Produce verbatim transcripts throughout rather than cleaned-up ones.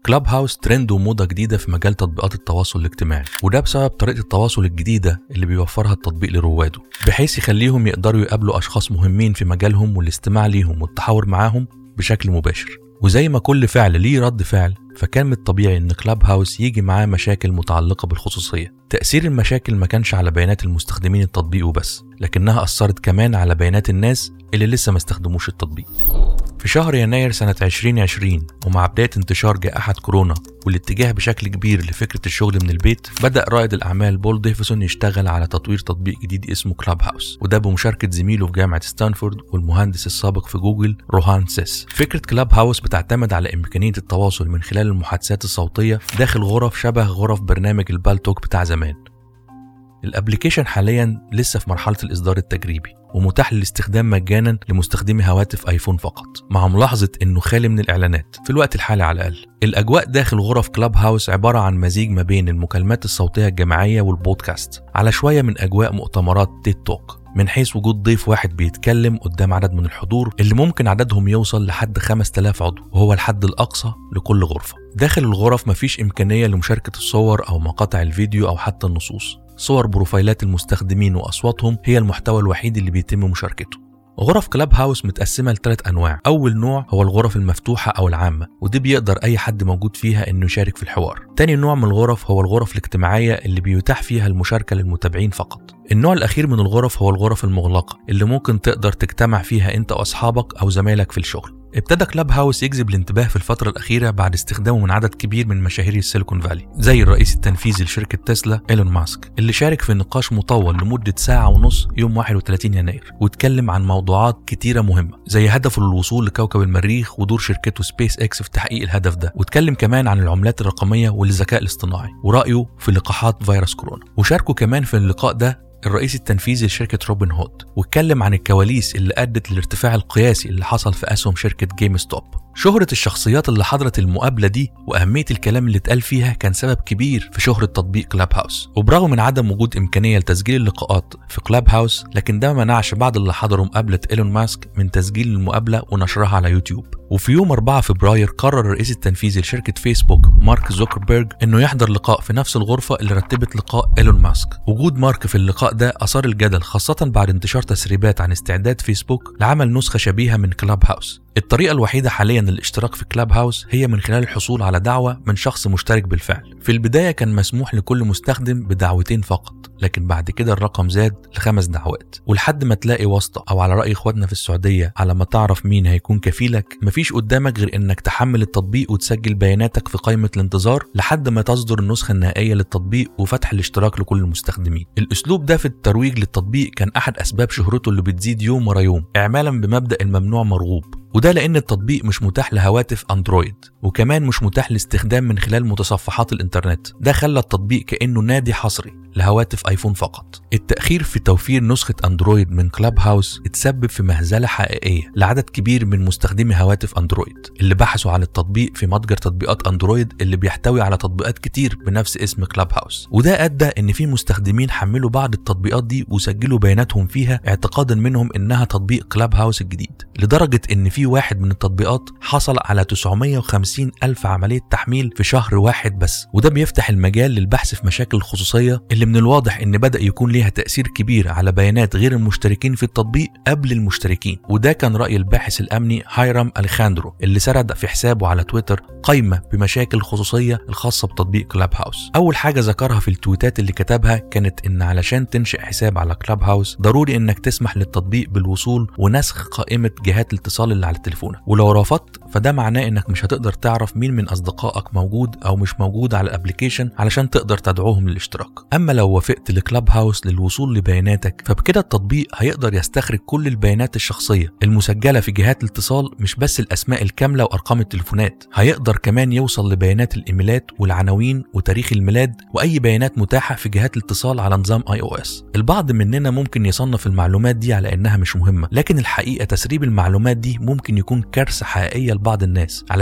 كلاب هاوس ترند وموضة جديدة في مجال تطبيقات التواصل الاجتماعي، وده بسبب طريقة التواصل الجديدة اللي بيوفرها التطبيق لرواده، بحيث يخليهم يقدروا يقابلوا أشخاص مهمين في مجالهم والاستماع ليهم والتحاور معاهم بشكل مباشر. وزي ما كل فعل ليه رد فعل، فكان من الطبيعي ان كلاب هاوس يجي معاه مشاكل متعلقة بالخصوصية. تأثير المشاكل ما كانش على بيانات المستخدمين التطبيق وبس، لكنها أثرت كمان على بيانات الناس اللي لسه ما استخدموش التطبيق. في شهر يناير سنة عشرين عشرين، ومع بداية انتشار جائحة كورونا والاتجاه بشكل كبير لفكرة الشغل من البيت، بدأ رائد الأعمال بول ديفيسون يشتغل على تطوير تطبيق جديد اسمه كلاب هاوس، وده بمشاركة زميله في جامعة ستانفورد والمهندس السابق في جوجل روهان سيس. فكرة كلاب هاوس بتعتمد على إمكانية التواصل من خلال المحادثات الصوتية داخل غرف شبه غرف برنامج البالتوك بتاع زمان. الابليكيشن حاليا لسه في مرحلة الإصدار التجريبي، ومتاح للاستخدام مجانا لمستخدمي هواتف ايفون فقط، مع ملاحظة انه خالي من الاعلانات في الوقت الحالي على الاقل. الاجواء داخل غرف كلاب هاوس عبارة عن مزيج ما بين المكالمات الصوتية الجماعية والبودكاست، على شوية من اجواء مؤتمرات تيد توك، من حيث وجود ضيف واحد بيتكلم قدام عدد من الحضور اللي ممكن عددهم يوصل لحد خمسة آلاف عضو، وهو الحد الأقصى لكل غرفة. داخل الغرف مفيش إمكانية لمشاركة الصور أو مقاطع الفيديو أو حتى النصوص. صور بروفايلات المستخدمين وأصواتهم هي المحتوى الوحيد اللي بيتم مشاركته. غرف كلاب هاوس متقسمة لثلاث أنواع. أول نوع هو الغرف المفتوحة أو العامة، ودي بيقدر أي حد موجود فيها إنه يشارك في الحوار. تاني نوع من الغرف هو الغرف الاجتماعية اللي بيتاح فيها المشاركة للمتابعين فقط. النوع الأخير من الغرف هو الغرف المغلقة اللي ممكن تقدر تجتمع فيها أنت وأصحابك أو زمايلك في الشغل. ابتدى كلاب هاوس يجذب الانتباه في الفترة الأخيرة بعد استخدامه من عدد كبير من مشاهير السيليكون فالي، زي الرئيس التنفيذي لشركة تسلا إيلون ماسك، اللي شارك في نقاش مطول لمدة ساعة ونص يوم واحد وثلاثين يناير، واتكلم عن موضوعات كتيرة مهمة زي هدفه للوصول لكوكب المريخ ودور شركته سبيس اكس في تحقيق الهدف ده، واتكلم كمان عن العملات الرقمية والذكاء الاصطناعي ورأيه في لقاحات فيروس كورونا. وشاركوا كمان في اللقاء ده الرئيس التنفيذي لشركة روبن هود، واتكلم عن الكواليس اللي أدت للارتفاع القياسي اللي حصل في أسهم شركة جيم ستوب. شهرة الشخصيات اللي حضرت المقابلة دي وأهمية الكلام اللي اتقال فيها كان سبب كبير في شهرة تطبيق كلاب هاوس. وبرغم من عدم وجود إمكانية لتسجيل اللقاءات في كلاب هاوس، لكن ده ما منعش بعض اللي حضروا مقابلة إيلون ماسك من تسجيل المقابلة ونشرها على يوتيوب. وفي يوم أربعة فبراير قرر الرئيس التنفيذي لشركة فيسبوك مارك زوكربيرج إنه يحضر لقاء في نفس الغرفة اللي رتبت لقاء إيلون ماسك. وجود مارك في اللقاء ده أثار الجدل، خاصة بعد انتشار تسريبات عن استعداد فيسبوك لعمل نسخة شبيهة من كلاب هاوس. الطريقة الوحيدة حاليا للاشتراك في كلاب هاوس هي من خلال الحصول على دعوة من شخص مشترك بالفعل. في البداية كان مسموح لكل مستخدم بدعوتين فقط، لكن بعد كده الرقم زاد لخمس دعوات. ولحد ما تلاقي واسطة، أو على رأي إخواتنا في السعودية على ما تعرف مين هيكون كفيلك، مفيش قدامك غير إنك تحمل التطبيق وتسجل بياناتك في قائمة الانتظار لحد ما تصدر النسخة النهائية للتطبيق وفتح الاشتراك لكل المستخدمين. الأسلوب ده في الترويج للتطبيق كان أحد أسباب شهرته اللي بتزيد يوم ورا يوم، إعمالا بمبدأ الممنوع مرغوب. وده لأن التطبيق مش متاح لهواتف أندرويد، وكمان مش متاح لاستخدام من خلال متصفحات الإنترنت. ده خلى التطبيق كأنه نادي حصري لهواتف ايفون فقط. التأخير في توفير نسخة اندرويد من كلاب هاوس اتسبب في مهزلة حقيقية لعدد كبير من مستخدمي هواتف اندرويد اللي بحثوا عن التطبيق في متجر تطبيقات اندرويد اللي بيحتوي على تطبيقات كتير بنفس اسم كلاب هاوس. وده ادى ان في مستخدمين حملوا بعض التطبيقات دي وسجلوا بياناتهم فيها اعتقادا منهم انها تطبيق كلاب هاوس الجديد، لدرجة ان في واحد من التطبيقات حصل على تسعمائة وخمسين ألف عملية تحميل في شهر واحد بس. وده بيفتح المجال للبحث في مشاكل الخصوصية اللي من الواضح ان بدأ يكون ليها تأثير كبير على بيانات غير المشتركين في التطبيق قبل المشتركين. وده كان رأي الباحث الأمني هايرام أليخاندرو اللي سرد في حسابه على تويتر قائمة بمشاكل الخصوصية الخاصة بتطبيق كلاب هاوس. أول حاجة ذكرها في التويتات اللي كتبها كانت ان علشان تنشئ حساب على كلاب هاوس ضروري انك تسمح للتطبيق بالوصول ونسخ قائمة جهات الاتصال اللي على تليفونك، ولو رفضت فده معناه انك مش هتقدر تعرف مين من اصدقائك موجود او مش موجود على الابليكيشن علشان تقدر تدعوهم للاشتراك. اما لو وافقت لكلاب هاوس للوصول لبياناتك فبكده التطبيق هيقدر يستخرج كل البيانات الشخصية المسجلة في جهات الاتصال، مش بس الاسماء الكاملة وارقام التليفونات، هيقدر كمان يوصل لبيانات الايميلات والعناوين وتاريخ الميلاد واي بيانات متاحة في جهات الاتصال على نظام اي او اس. البعض مننا ممكن يصنف المعلومات دي على انها مش مهمة، لكن الحقيقة تسريب المعلومات دي ممكن يكون كارثة حقيقية لبعض الناس. على سبيل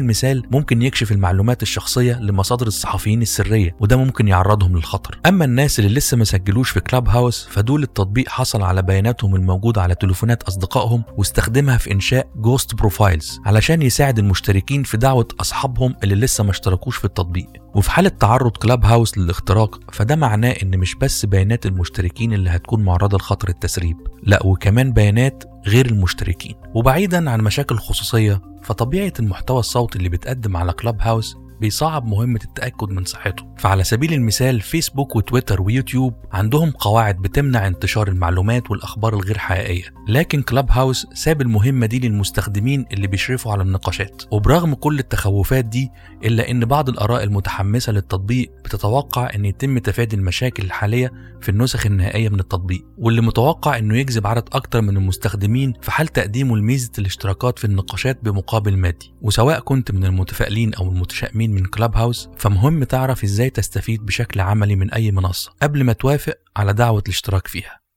المثال ممكن يكشف المعلومات الشخصية لمصادر الصحفيين السرية، وده ممكن يعرضهم للخطر. أما الناس اللي لسه ما سجلوش في كلاب هاوس فدول التطبيق حصل على بياناتهم الموجودة على تليفونات أصدقائهم واستخدمها في إنشاء جوست بروفايلز علشان يساعد المشتركين في دعوة أصحابهم اللي لسه ما اشتركوش في التطبيق. وفي حالة تعرض كلاب هاوس للاختراق فده معناه إن مش بس بيانات المشتركين اللي هتكون معرضة لخطر التسريب، لا وكمان بيانات غير المشتركين. وبعيدا عن مشاكل الخصوصية فطبيعة المحتوى الصوتي اللي بيتقدم على كلاب هاوس بيصعب مهمة التأكد من صحته. فعلى سبيل المثال فيسبوك وتويتر ويوتيوب عندهم قواعد بتمنع انتشار المعلومات والأخبار الغير حقيقية، لكن كلاب هاوس ساب المهمة دي للمستخدمين اللي بيشرفوا على النقاشات. وبرغم كل التخوفات دي إلا إن بعض الآراء المتحمسة للتطبيق بتتوقع إن يتم تفادي المشاكل الحالية في النسخ النهائية من التطبيق، واللي متوقع إنه يجذب عدد أكتر من المستخدمين في حال تقديمه لميزة الاشتراكات في النقاشات بمقابل مادي. وسواء كنت من المتفائلين أو المتشائمين من كلاب هاوس فمهم تعرف إزاي تستفيد بشكل عملي من أي منصة قبل ما توافق على دعوة الاشتراك فيها.